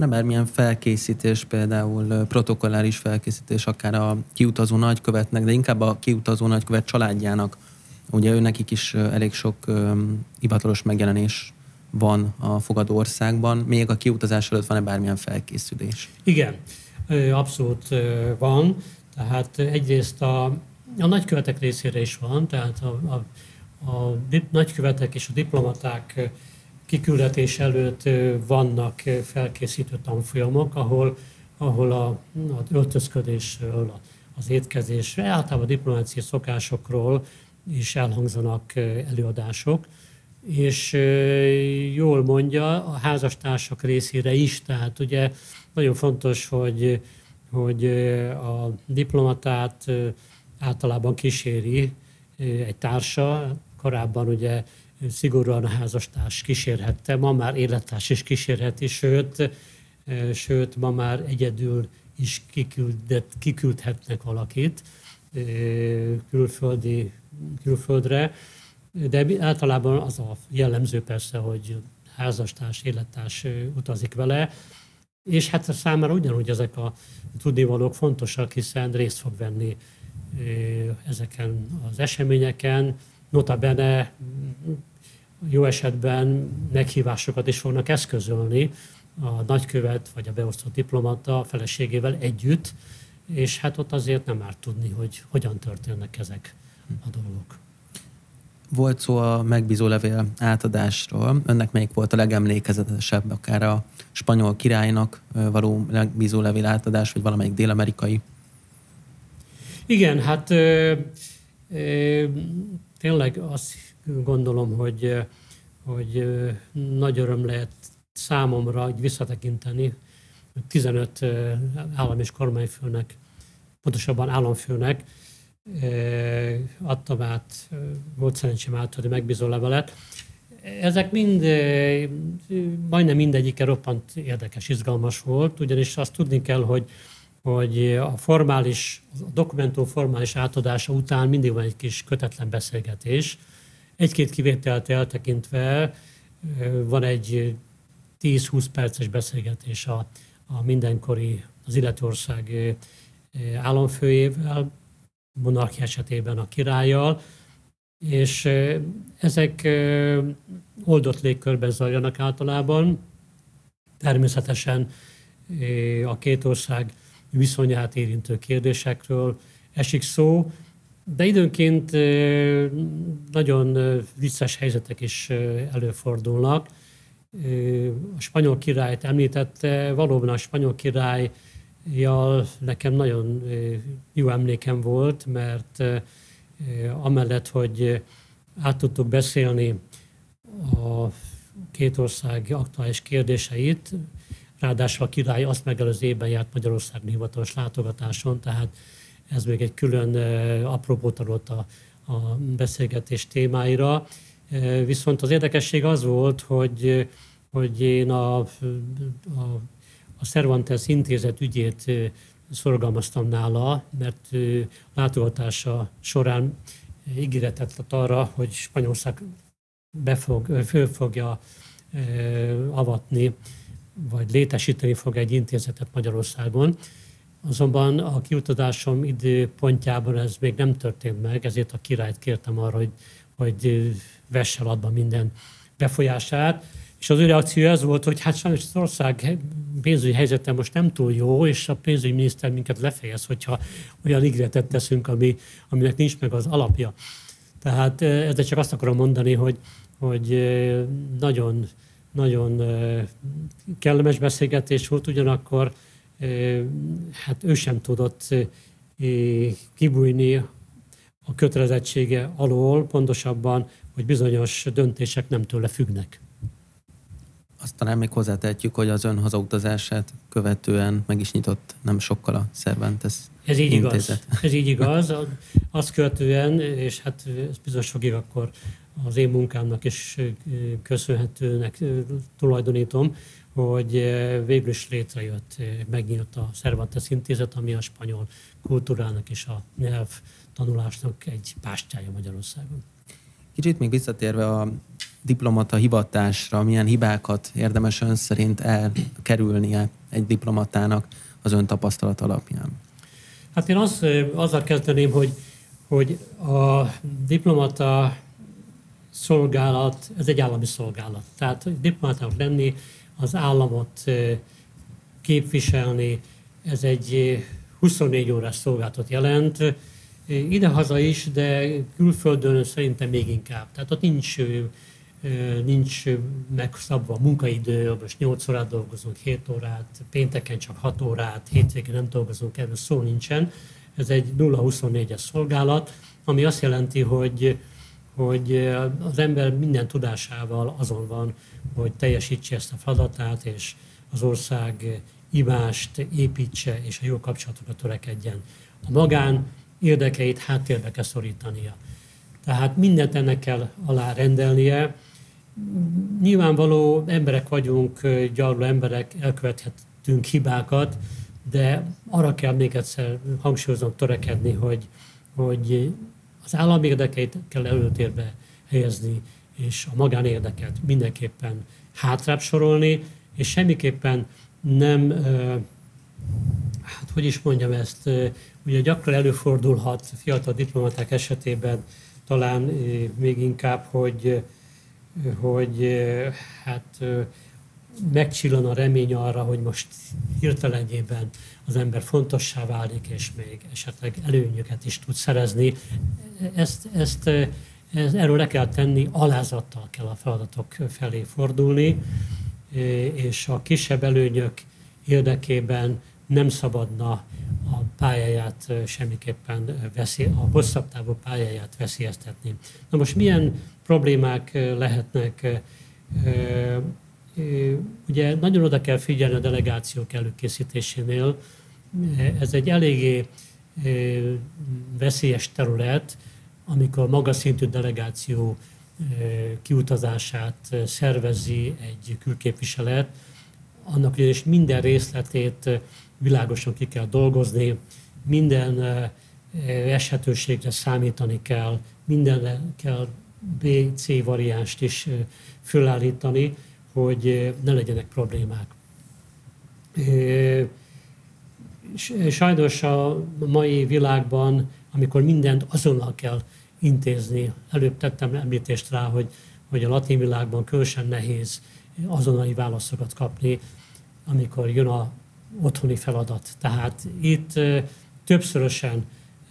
van-e bármilyen felkészítés, például protokolláris felkészítés, akár a kiutazó nagykövetnek, de inkább a kiutazó nagykövet családjának? Ugye nekik is elég sok hivatalos megjelenés van a fogadó országban. Még a kiutazás előtt van-e bármilyen felkészülés? Igen, abszolút van. Tehát egyrészt a nagykövetek részére is van, tehát a nagykövetek és a diplomaták kiküldetés előtt vannak felkészítő tanfolyamok, ahol a öltözködésről, az étkezésről, általában a diplomáciai szokásokról is elhangzanak előadások. És jól mondja, a házastársak részére is, tehát ugye nagyon fontos, hogy a diplomatát általában kíséri egy társa. Korábban ugye szigorúan a házastárs kísérhette, ma már élettárs is kísérheti, sőt ma már egyedül is kiküldhetnek valakit külföldre. De általában az a jellemző persze, hogy házastárs, élettárs utazik vele, és hát számára ugyanúgy ezek a tudnivalók fontosak, hiszen részt fog venni ezeken az eseményeken. Nota bene jó esetben meghívásokat is fognak eszközölni a nagykövet vagy a beosztott diplomata a feleségével együtt, és hát ott azért nem árt tudni, hogy hogyan történnek ezek a dolgok. Volt szó a megbízólevél átadásról. Önnek melyik volt a legemlékezetesebb, akár a spanyol királynak való megbízólevél átadás, vagy valamelyik dél-amerikai? Igen, hát tényleg azt gondolom, hogy nagy öröm lehet számomra így visszatekinteni, 15 állam és kormányfőnek, pontosabban államfőnek adtam át, volt szerencsém átadni megbízó levelet. Ezek mind, majdnem mindegyike roppant érdekes, izgalmas volt, ugyanis azt tudni kell, hogy a dokumentum formális átadása után mindig van egy kis kötetlen beszélgetés. Egy-két kivételt eltekintve van egy 10-20 perces beszélgetés a mindenkori, az illető ország államfőjével, monarchia esetében a királlyal, és ezek oldott légkörben zajlanak általában. Természetesen a két ország viszonyát érintő kérdésekről esik szó, de időnként nagyon vicces helyzetek is előfordulnak. A spanyol királyt említette, valóban a spanyol királlyal nekem nagyon jó emlékem volt, mert amellett, hogy át tudtuk beszélni a két ország aktuális kérdéseit, ráadásul a király azt megelőző évben járt Magyarországon hivatalos látogatáson, tehát ez még egy külön apropót adott a beszélgetés témáira. Viszont az érdekesség az volt, hogy én a Cervantes intézet ügyét szorgalmaztam nála, mert látogatása során ígéretet tett arra, hogy Spanyolország föl fogja avatni, vagy létesíteni fog egy intézetet Magyarországon. Azonban a kiutazásom időpontjában ez még nem történt meg, ezért a királyt kértem arra, hogy vesse latba minden befolyását. És az ő reakció ez volt, hogy hát sajnos az ország pénzügyi helyzete most nem túl jó, és a pénzügyminiszter minket lefejez, hogyha olyan ígéretet teszünk, aminek nincs meg az alapja. Tehát ezzel csak azt akarom mondani, hogy nagyon, nagyon kellemes beszélgetés volt, ugyanakkor hát ő sem tudott kibújni a kötelezettsége alól, pontosabban, hogy bizonyos döntések nem tőle függnek. Azt talán még hozzátehetjük, hogy az ön hazautazását követően meg is nyitott nem sokkal a Cervantes intézet. Ez így igaz. Azt követően, és hát ez bizonyos fokig akkor az én munkámnak is köszönhetőnek tulajdonítom, hogy végül is létrejött, megnyílt a Cervantes intézet, ami a spanyol kultúrának és a nyelv tanulásnak egy pástyája Magyarországon. Kicsit még visszatérve a diplomata hivatásra milyen hibákat érdemes ön szerint elkerülnie egy diplomatának az ön tapasztalat alapján? Hát én azzal kezdeném, hogy a diplomata szolgálat, ez egy állami szolgálat. Tehát diplomatának lenni, az államot képviselni, ez egy 24 órás szolgálatot jelent. Idehaza is, de külföldön szerintem még inkább. Tehát ott nincs megszabva a munkaidő, most 8 órát dolgozunk, 7 órát, pénteken csak 6 órát, hétvégén nem dolgozunk, erről szó nincsen. Ez egy 0-24-es szolgálat, ami azt jelenti, hogy az ember minden tudásával azon van, hogy teljesítse ezt a feladatát, és az ország imást építse, és a jó kapcsolatokat törekedjen. A magán érdekeit háttérbe kell szorítania. Tehát mindent ennek kell alárendelnie. Nyilvánvaló emberek vagyunk, gyarló emberek, elkövethetünk hibákat, de arra kell még egyszer hangsúlyozom törekedni, hogy az állami érdekeit kell előtérbe helyezni, és a magánérdeket mindenképpen hátrább sorolni, és semmiképpen nem, hát hogy is mondjam ezt, ugye gyakran előfordulhat fiatal diplomaták esetében talán még inkább, hogy hát megcsillan a remény arra, hogy most hirtelenjében az ember fontossá válik, és még esetleg előnyöket is tud szerezni. Erről le kell tenni, alázattal kell a feladatok felé fordulni, és a kisebb előnyök érdekében nem szabadna a pályáját semmiképpen a hosszabb távú pályáját veszélyeztetni. Na most milyen problémák lehetnek? Ugye nagyon oda kell figyelni a delegációk előkészítésénél. Ez egy eléggé veszélyes terület, amikor magas szintű delegáció kiutazását szervezi egy külképviselet, annak ugyanis minden részletét világosan ki kell dolgozni, minden eshetőségre számítani kell, mindenre kell B-C variánst is fölállítani, hogy ne legyenek problémák. Sajnos a mai világban, amikor mindent azonnal kell intézni, előbb tettem említést rá, hogy a latin világban különösen nehéz azonnali válaszokat kapni, amikor jön a otthoni feladat. Tehát itt többszörösen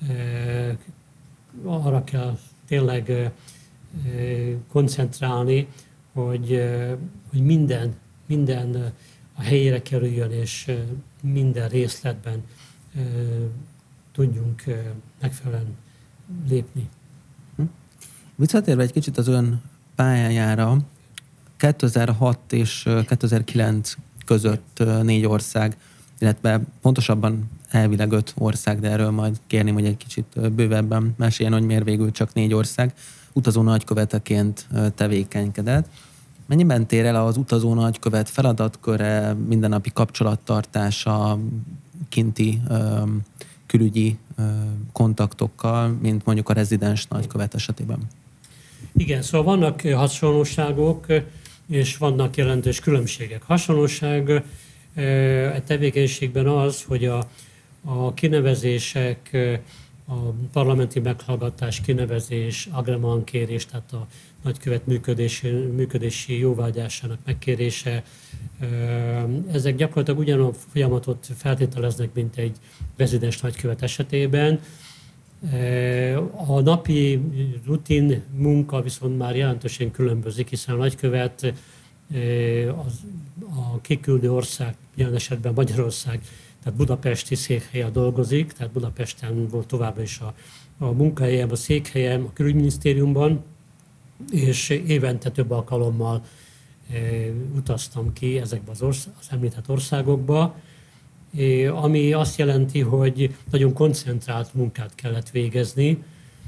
arra kell tényleg koncentrálni, hogy minden a helyére kerüljön, és minden részletben tudjunk megfelelően lépni. Visszatérve egy kicsit az ön pályájára, 2006 és 2009 között 4 ország, illetve pontosabban elvileg 5 ország, de erről majd kérném, hogy egy kicsit bővebben meséljen, hogy miért végül csak 4 ország utazó nagyköveteként tevékenykedett. Mennyiben tér el az utazó nagykövet feladatköre, mindennapi kapcsolattartása, kinti külügyi kontaktokkal, mint mondjuk a rezidens nagykövet esetében? Igen, szóval vannak hasonlóságok, és vannak jelentős különbségek. Hasonlóság a tevékenységben az, hogy a kinevezések, a parlamenti meghallgatás, kinevezés, agremankérés, tehát a nagykövet működési jóvágyásának megkérése, ezek gyakorlatilag ugyanolyan folyamatot feltételeznek, mint egy rezidens nagykövet esetében. A napi rutin munka viszont már jelentősen különbözik, hiszen a nagykövet a kiküldő ország, jelen esetben Magyarország, tehát budapesti székhelyen dolgozik, tehát Budapesten volt továbbra is a munkahelyem, a székhelyem, a külügyminisztériumban, és évente több alkalommal utaztam ki ezekbe az említett országokba, ami azt jelenti, hogy nagyon koncentrált munkát kellett végezni.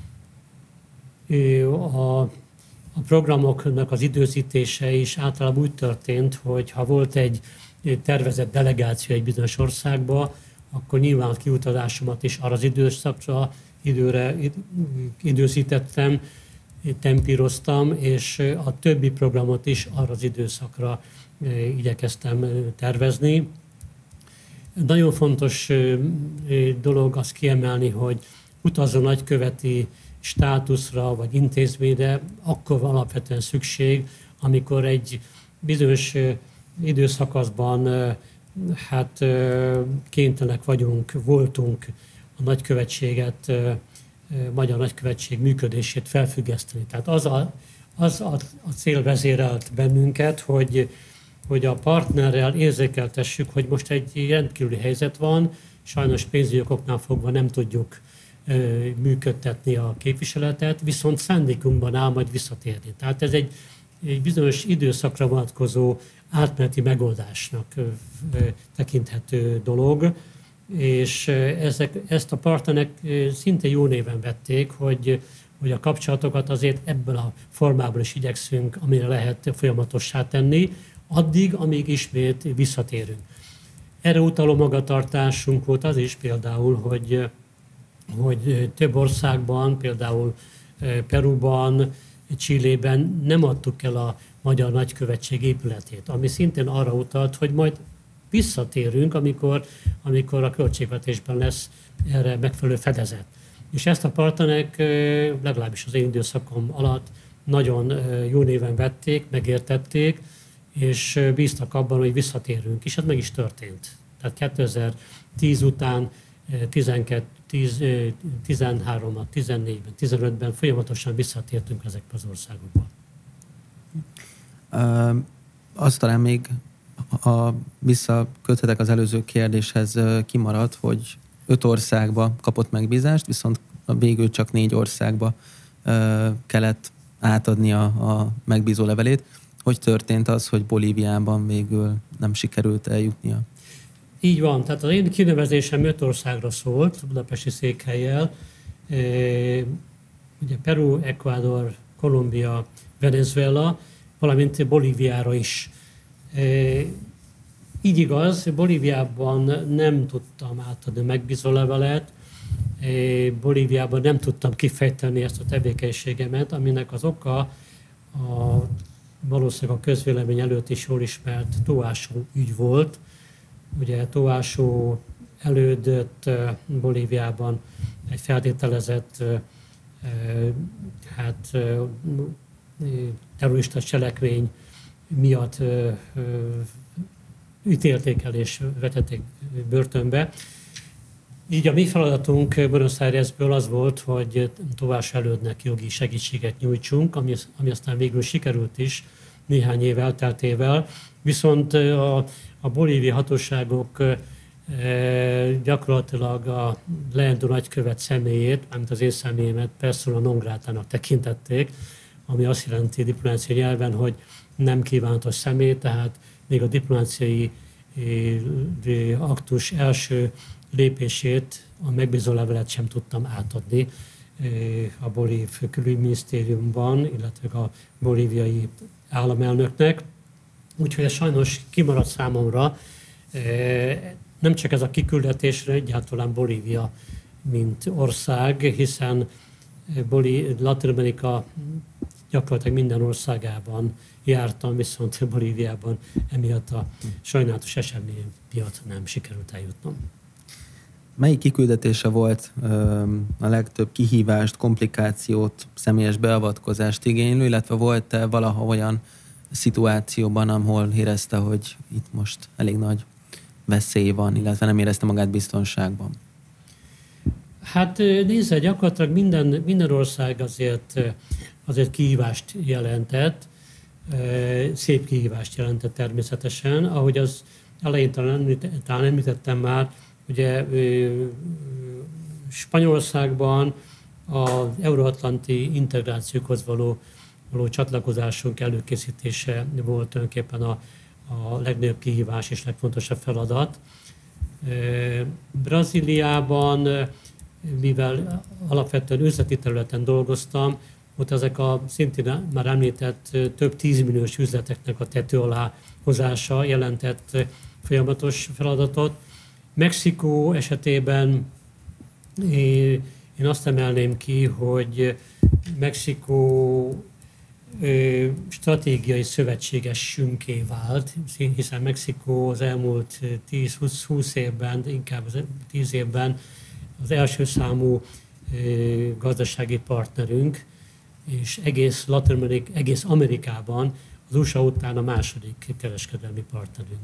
A programoknak az időzítése is általában úgy történt, hogy ha volt egy tervezett delegáció egy bizonyos országba, akkor nyilván a kiutazásomat is arra az időszakra időre időzítettem, tempíroztam, és a többi programot is arra az időszakra igyekeztem tervezni. Nagyon fontos dolog azt kiemelni, hogy utazó nagyköveti státuszra vagy intézményre akkor van alapvetően szükség, amikor egy bizonyos időszakaszban kénytelenek voltunk a nagykövetséget, magyar nagykövetség működését felfüggeszteni. Tehát az a cél vezérelt bennünket, hogy a partnerrel érzékeltessük, hogy most egy rendkívüli helyzet van, sajnos pénzügyi okoknál fogva nem tudjuk működtetni a képviseletet, viszont szándékunkban áll majd visszatérni. Tehát ez egy bizonyos időszakra vonatkozó átmeneti megoldásnak tekinthető dolog, és ezt a partnerek szinte jó néven vették, hogy a kapcsolatokat azért ebből a formából is igyekszünk, amire lehet folyamatossá tenni, addig, amíg ismét visszatérünk. Erre utaló magatartásunk volt az is például, hogy több országban, például Peruban, Chilében nem adtuk el a magyar nagykövetség épületét, ami szintén arra utalt, hogy majd visszatérünk, amikor a költségvetésben lesz erre megfelelő fedezet. És ezt a partnerek legalábbis az én időszakom alatt nagyon jó néven vették, megértették, és bíztak abban, hogy visszatérünk, és ez meg is történt. Tehát 2010 után 13-ban, 14-ben, 15-ben folyamatosan visszatértünk ezekbe az országokba. Az talán még, ha visszaköthetek az előző kérdéshez, kimaradt, hogy 5 országba kapott megbízást, viszont végül csak 4 országba kellett átadni a megbízó levelét. Hogy történt az, hogy Bolíviában végül nem sikerült eljutnia? Így van, tehát az én kinevezésem 5 országra szólt, budapesti székhellyel. Ugye Peru, Ecuador, Kolumbia, Venezuela, valamint Bolíviára is. Így igaz, Bolíviában nem tudtam átadni megbízólevelet, Bolíviában nem tudtam kifejteni ezt a tevékenységemet, aminek az oka valószínűleg a közvélemény előtt is jól ismert Tóásó ügy volt. Ugye Tóásó elődött Bolíviában egy feltételezett terrorista cselekmény miatt ítélték el és vetették börtönbe. Így a mi feladatunk Buenos Airesből az volt, hogy Tóásó elődnek jogi segítséget nyújtsunk, ami aztán végül sikerült is néhány év elteltével. Viszont a bolíviai hatóságok gyakorlatilag a leendő nagykövet személyét, mármint az én személyemet persona non gratának tekintették, ami azt jelenti diplomáciai nyelven, hogy nem kívánatos személy, tehát még a diplomáciai aktus első lépését, a megbízólevelet sem tudtam átadni a bolív külügyminisztériumban, illetve a bolíviai államelnöknek. Úgyhogy ez sajnos kimaradt számomra, nem csak ez a kiküldetésre, egyáltalán Bolívia, mint ország, hiszen Latin-Amerika gyakorlatilag minden országában jártam, viszont Bolíviában emiatt a sajnálatos esemény miatt nem sikerült eljutnom. Melyik kiküldetése volt a legtöbb kihívást, komplikációt, személyes beavatkozást igénylő, illetve volt-e valaha olyan szituációban, ahol érezte, hogy itt most elég nagy veszély van, illetve nem érezte magát biztonságban? Hát nézze, gyakorlatilag minden ország azért kihívást jelentett, szép kihívást jelentett természetesen, ahogy az elején talán említettem már, ugye Spanyolországban az euróatlanti integrációkhoz való csatlakozásunk előkészítése volt tulajdonképpen a legnagyobb kihívás és legfontosabb feladat. Brazíliában, mivel alapvetően üzleti területen dolgoztam, ott ezek a szintén már említett több 10 milliós üzleteknek a tető alá hozása jelentett folyamatos feladatot. Mexikó esetében én azt emelném ki, hogy Mexikó stratégiai szövetségesünké vált, hiszen Mexikó az elmúlt 10-20 évben, inkább 10 évben az első számú gazdasági partnerünk, és egész Amerikában az USA után a második kereskedelmi partnerünk.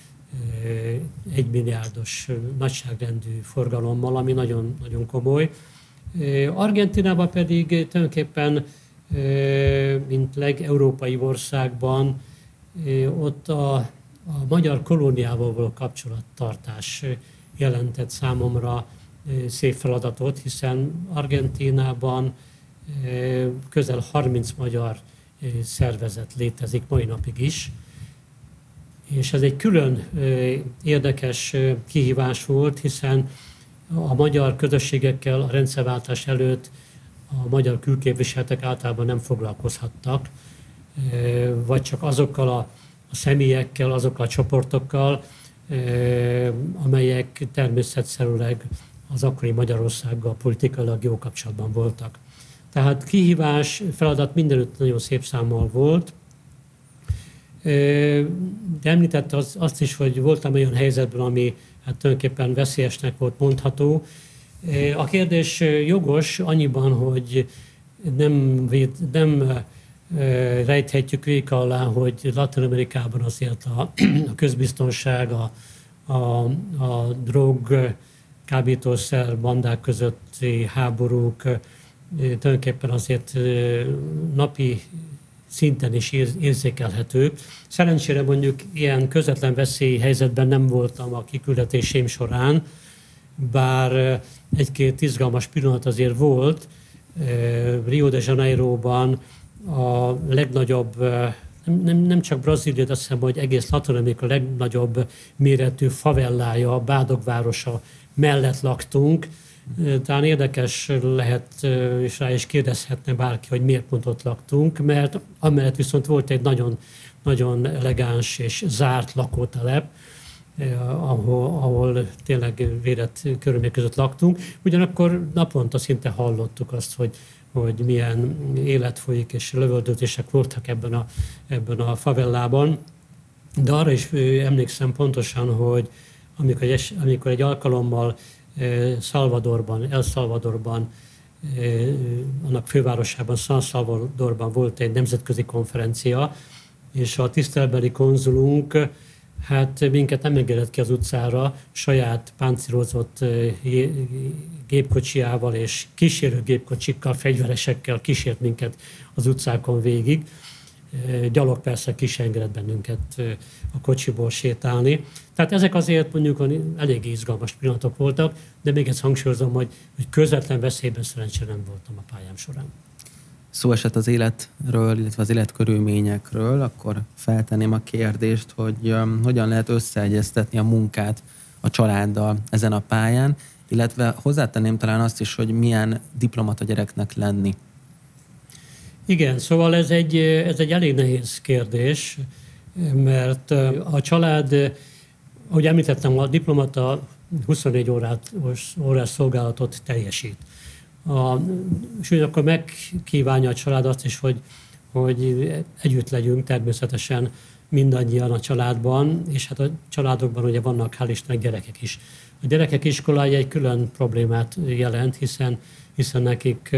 1 milliárdos nagyságrendű forgalommal, ami nagyon, nagyon komoly. Argentínában pedig tulajdonképpen, mint legeurópai országban, ott a magyar kolóniával való kapcsolattartás jelentett számomra szép feladatot, hiszen Argentínában közel 30 magyar szervezet létezik mai napig is, és ez egy külön érdekes kihívás volt, hiszen a magyar közösségekkel a rendszerváltás előtt a magyar külképviseletek általában nem foglalkozhattak, vagy csak azokkal a személyekkel, azokkal a csoportokkal, amelyek természetszerűleg az akkori Magyarországgal politikailag jó kapcsolatban voltak. Tehát kihívás, feladat mindenütt nagyon szép számmal volt. De említette azt is, hogy voltam olyan helyzetben, ami hát tulajdonképpen veszélyesnek volt mondható. A kérdés jogos annyiban, hogy nem rejthetjük véka alá, hogy Latin-Amerikában azért a közbiztonság, a drog, kábítószer bandák közötti háborúk tulajdonképpen azért napi szinten is érzékelhetők. Szerencsére mondjuk ilyen közvetlen veszélyhelyzetben nem voltam a kiküldetéseim során, bár egy-két izgalmas pillanat azért volt. Rio de Janeiroban a legnagyobb, nem csak Brazília, de azt hiszem, hogy egész Latin-Amerika legnagyobb méretű favellája, Bádogvárosa mellett laktunk. Talán érdekes lehet, és rá is kérdezhetne bárki, hogy miért pont ott laktunk, mert amellett viszont volt egy nagyon, nagyon elegáns és zárt lakótelep, ahol tényleg védett körülmények között laktunk. Ugyanakkor naponta szinte hallottuk azt, hogy milyen élet folyik, és lövöldözések voltak ebben a favellában. De arra is emlékszem pontosan, hogy amikor egy alkalommal El Salvadorban, annak fővárosában, San Salvadorban volt egy nemzetközi konferencia, és a tiszteletbeli konzulunk hát minket nem engedett ki az utcára, saját páncélozott gépkocsiával és kísérő gépkocsikkal, fegyveresekkel kísért minket az utcákon végig. Gyalog persze ki sem engedett bennünket a kocsiból sétálni. Tehát ezek azért mondjuk elég izgalmas pillanatok voltak, de még ezt hangsúlyozom, hogy közvetlen veszélyben szerencsére nem voltam a pályám során. Szó esett az életről, illetve az életkörülményekről, akkor feltenném a kérdést, hogy hogyan lehet összeegyeztetni a munkát a családdal ezen a pályán, illetve hozzátenném talán azt is, hogy milyen diplomata gyereknek lenni. Igen, szóval ez egy elég nehéz kérdés, mert a család, ahogy említettem, a diplomata 24 órás szolgálatot teljesít. És akkor megkívánja a család azt is, hogy együtt legyünk természetesen mindannyian a családban, és hát a családokban ugye vannak, hál' Istennek, gyerekek is. A gyerekek iskolája egy külön problémát jelent, hiszen nekik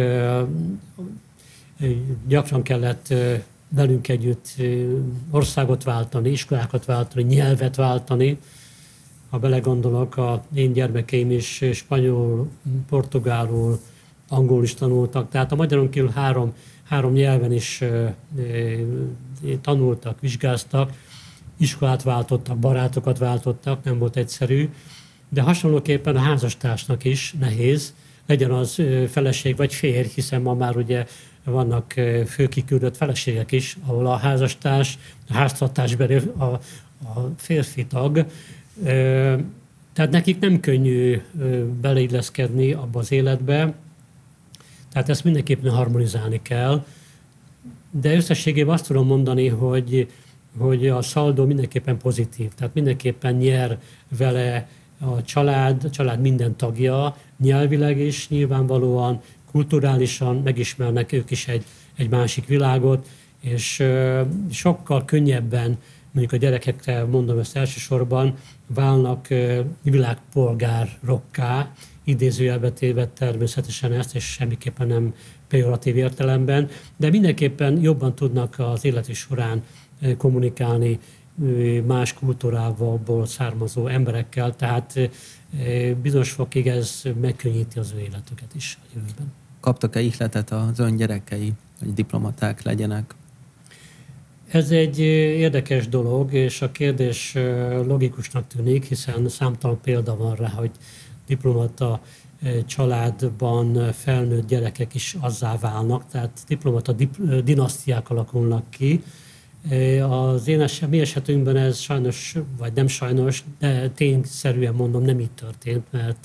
gyakran kellett velünk együtt országot váltani, iskolákat váltani, nyelvet váltani. Ha belegondolok, a én gyermekeim is spanyol, portugálul, angolul is tanultak, tehát a magyaron kívül három nyelven is tanultak, vizsgáztak, iskolát váltottak, barátokat váltottak, nem volt egyszerű, de hasonlóképpen a házastársnak is nehéz, legyen az feleség vagy férj, hiszen ma már ugye vannak főkiküldött feleségek is, ahol a házastárs, a háztartásbeli a férfi tag. Tehát nekik nem könnyű beleilleszkedni abba az életbe, tehát ezt mindenképpen harmonizálni kell. De összességében azt tudom mondani, hogy a szaldó mindenképpen pozitív, tehát mindenképpen nyer vele a család minden tagja, nyelvileg is nyilvánvalóan, kulturálisan, megismernek ők is egy másik világot, és sokkal könnyebben, mondjuk a gyerekekre mondom ezt elsősorban, válnak világpolgárokká, idézőjelbe téve természetesen ezt, és semmiképpen nem pejoratív értelemben, de mindenképpen jobban tudnak az életük során kommunikálni más kultúrából származó emberekkel, tehát bizonyos fokig ez megkönnyíti az ő életüket is a jövőben. Kaptak-e ihletet az ön gyerekei, hogy diplomaták legyenek? Ez egy érdekes dolog, és a kérdés logikusnak tűnik, hiszen számtalan példa van rá, hogy diplomata családban felnőtt gyerekek is azzá válnak, tehát diplomata dinasztiák alakulnak ki. Az mi esetünkben ez sajnos, vagy nem sajnos, de tényszerűen mondom, nem így történt, mert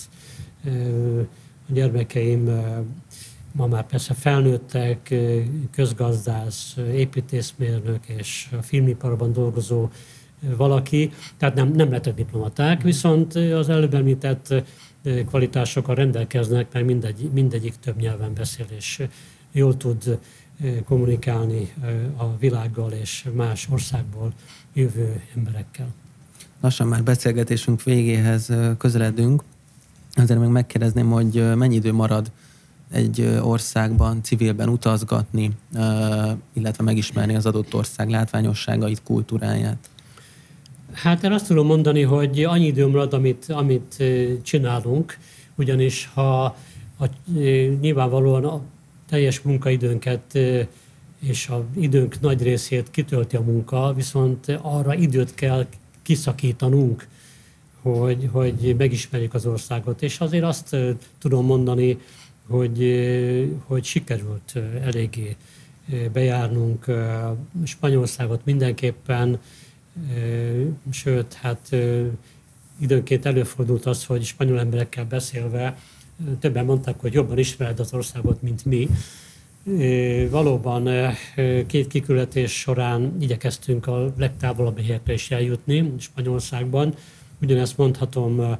a gyermekeim ma már persze felnőttek, közgazdász, építészmérnök és a filmiparban dolgozó valaki, tehát nem lettek diplomaták, viszont az előbb említett kvalitásokkal rendelkeznek, mert mindegyik több nyelven beszél, és jól tud kommunikálni a világgal és más országból jövő emberekkel. Lassan már beszélgetésünk végéhez közeledünk, azért még megkérdezném, hogy mennyi idő marad egy országban, civilben utazgatni, illetve megismerni az adott ország látványosságait, kultúráját? Hát én azt tudom mondani, hogy annyi idő marad, amit csinálunk, ugyanis nyilvánvalóan a teljes munkaidőnket és az időnk nagy részét kitölti a munka, viszont arra időt kell kiszakítanunk, hogy megismerjük az országot. És azért azt tudom mondani, hogy sikerült eléggé bejárnunk Spanyolországot mindenképpen, sőt, hát időnként előfordult az, hogy spanyol emberekkel beszélve többen mondták, hogy jobban ismered az országot, mint mi. Valóban két kiküldetés során igyekeztünk a legtávolabb helyekre is eljutni Spanyolországban. Ugyanezt mondhatom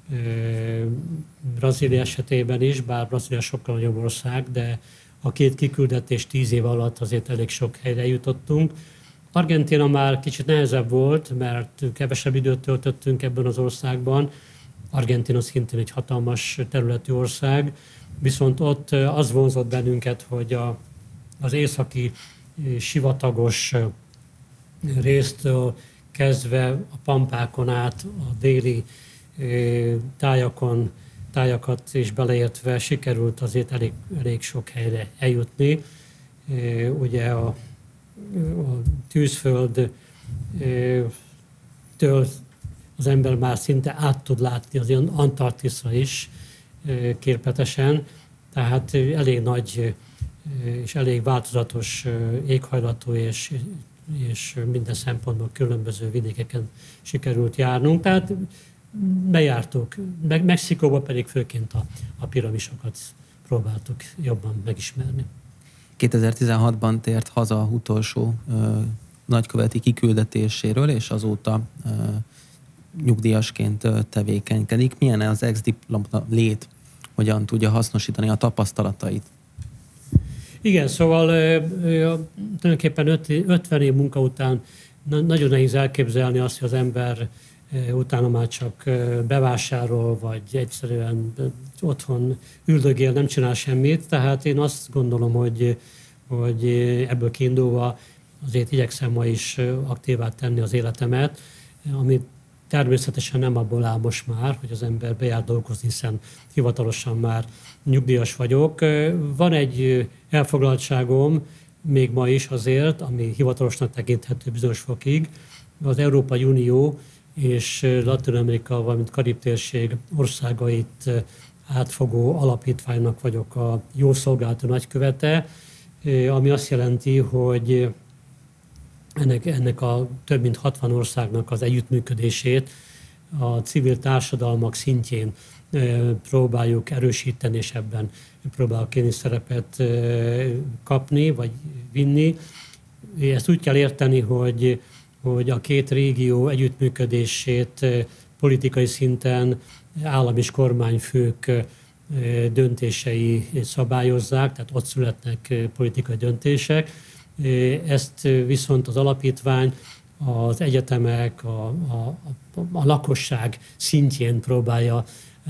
Brazília esetében is, bár Brazília sokkal nagyobb ország, de a két kiküldetés 10 év alatt azért elég sok helyre jutottunk. Argentína már kicsit nehezebb volt, mert kevesebb időt töltöttünk ebben az országban. Argentína szintén egy hatalmas területű ország, viszont ott az vonzott bennünket, hogy az északi sivatagos résztől kezdve a Pampákon át a déli tájakat is beleértve sikerült azért elég sok helyre eljutni. Ugye a tűzföldtől az ember már szinte át tud látni az ilyen Antarktiszra is képletesen, tehát elég nagy és elég változatos éghajlatú és minden szempontból különböző vidékeken sikerült járnunk. Tehát bejártuk, Mexikóba pedig főként a piramisokat próbáltuk jobban megismerni. 2016-ban tért haza utolsó nagyköveti kiküldetéséről, és azóta nyugdíjasként tevékenykedik. Milyen az ex-diplomata lét? Hogyan tudja hasznosítani a tapasztalatait? Igen, szóval tulajdonképpen 50 év munka után nagyon nehéz elképzelni azt, hogy az ember utána már csak bevásárol, vagy egyszerűen otthon üldögél, nem csinál semmit. Tehát én azt gondolom, hogy ebből kiindulva azért igyekszem ma is aktívá tenni az életemet, amit természetesen nem abból áll most már, hogy az ember bejár dolgozni, hiszen hivatalosan már nyugdíjas vagyok. Van egy elfoglaltságom még ma is azért, ami hivatalosnak tekinthető bizonyos fokig. Az Európai Unió és Latin-Amerika, valamint Karib-térség országait átfogó alapítványnak vagyok a jó szolgálatú nagykövete, ami azt jelenti, hogy ennek a több mint 60 országnak az együttműködését a civil társadalmak szintjén próbáljuk erősíteni, és ebben próbálok én is szerepet kapni, vagy vinni. Ezt úgy kell érteni, hogy a két régió együttműködését politikai szinten állam és kormányfők döntései szabályozzák, tehát ott születnek politikai döntések. Ezt viszont az alapítvány, az egyetemek, a lakosság szintjén próbálja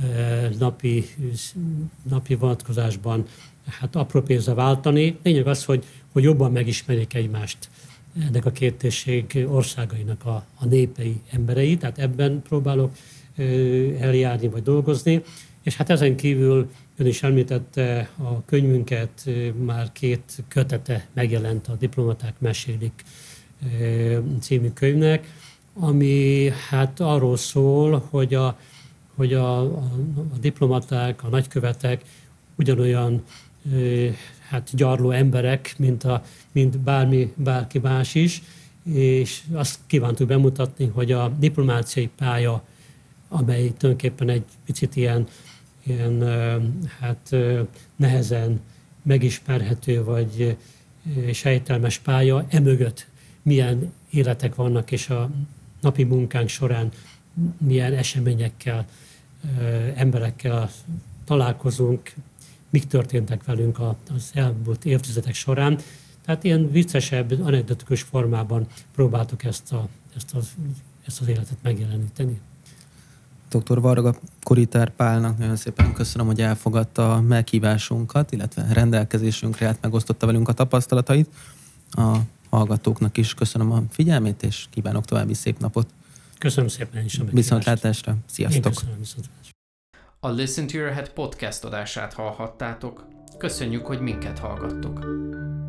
napi vonatkozásban apró pénzre váltani. Lényeg az, hogy jobban megismerik egymást ennek a két térség országainak a népei, emberei, tehát ebben próbálok eljárni vagy dolgozni. És hát ezen kívül ön is említette a könyvünket, már 2 kötete megjelent, a Diplomaták mesélik című könyvnek, ami hát arról szól, hogy a diplomaták, a nagykövetek ugyanolyan gyarló emberek, mint bárki más is, és azt kívántuk bemutatni, hogy a diplomáciai pálya, amely tulajdonképpen egy picit ilyen nehezen megismerhető vagy sejtelmes pálya, emögött milyen életek vannak, és a napi munkánk során milyen eseményekkel, emberekkel találkozunk, mik történtek velünk az elmúlt évtizedek során. Tehát ilyen viccesebb, anekdotikus formában próbáltuk ezt az életet megjeleníteni. Dr. Varga Korytár Pálnak nagyon szépen köszönöm, hogy elfogadta a meghívásunkat, illetve rendelkezésünkre állt, megosztotta velünk a tapasztalatait. A hallgatóknak is köszönöm a figyelmét, és kívánok további szép napot. Köszönöm szépen is a meghívást. Viszontlátásra. Sziasztok! Én köszönöm, viszontlátásra. A Listen to Your Head podcast adását hallhattátok. Köszönjük, hogy minket hallgattok.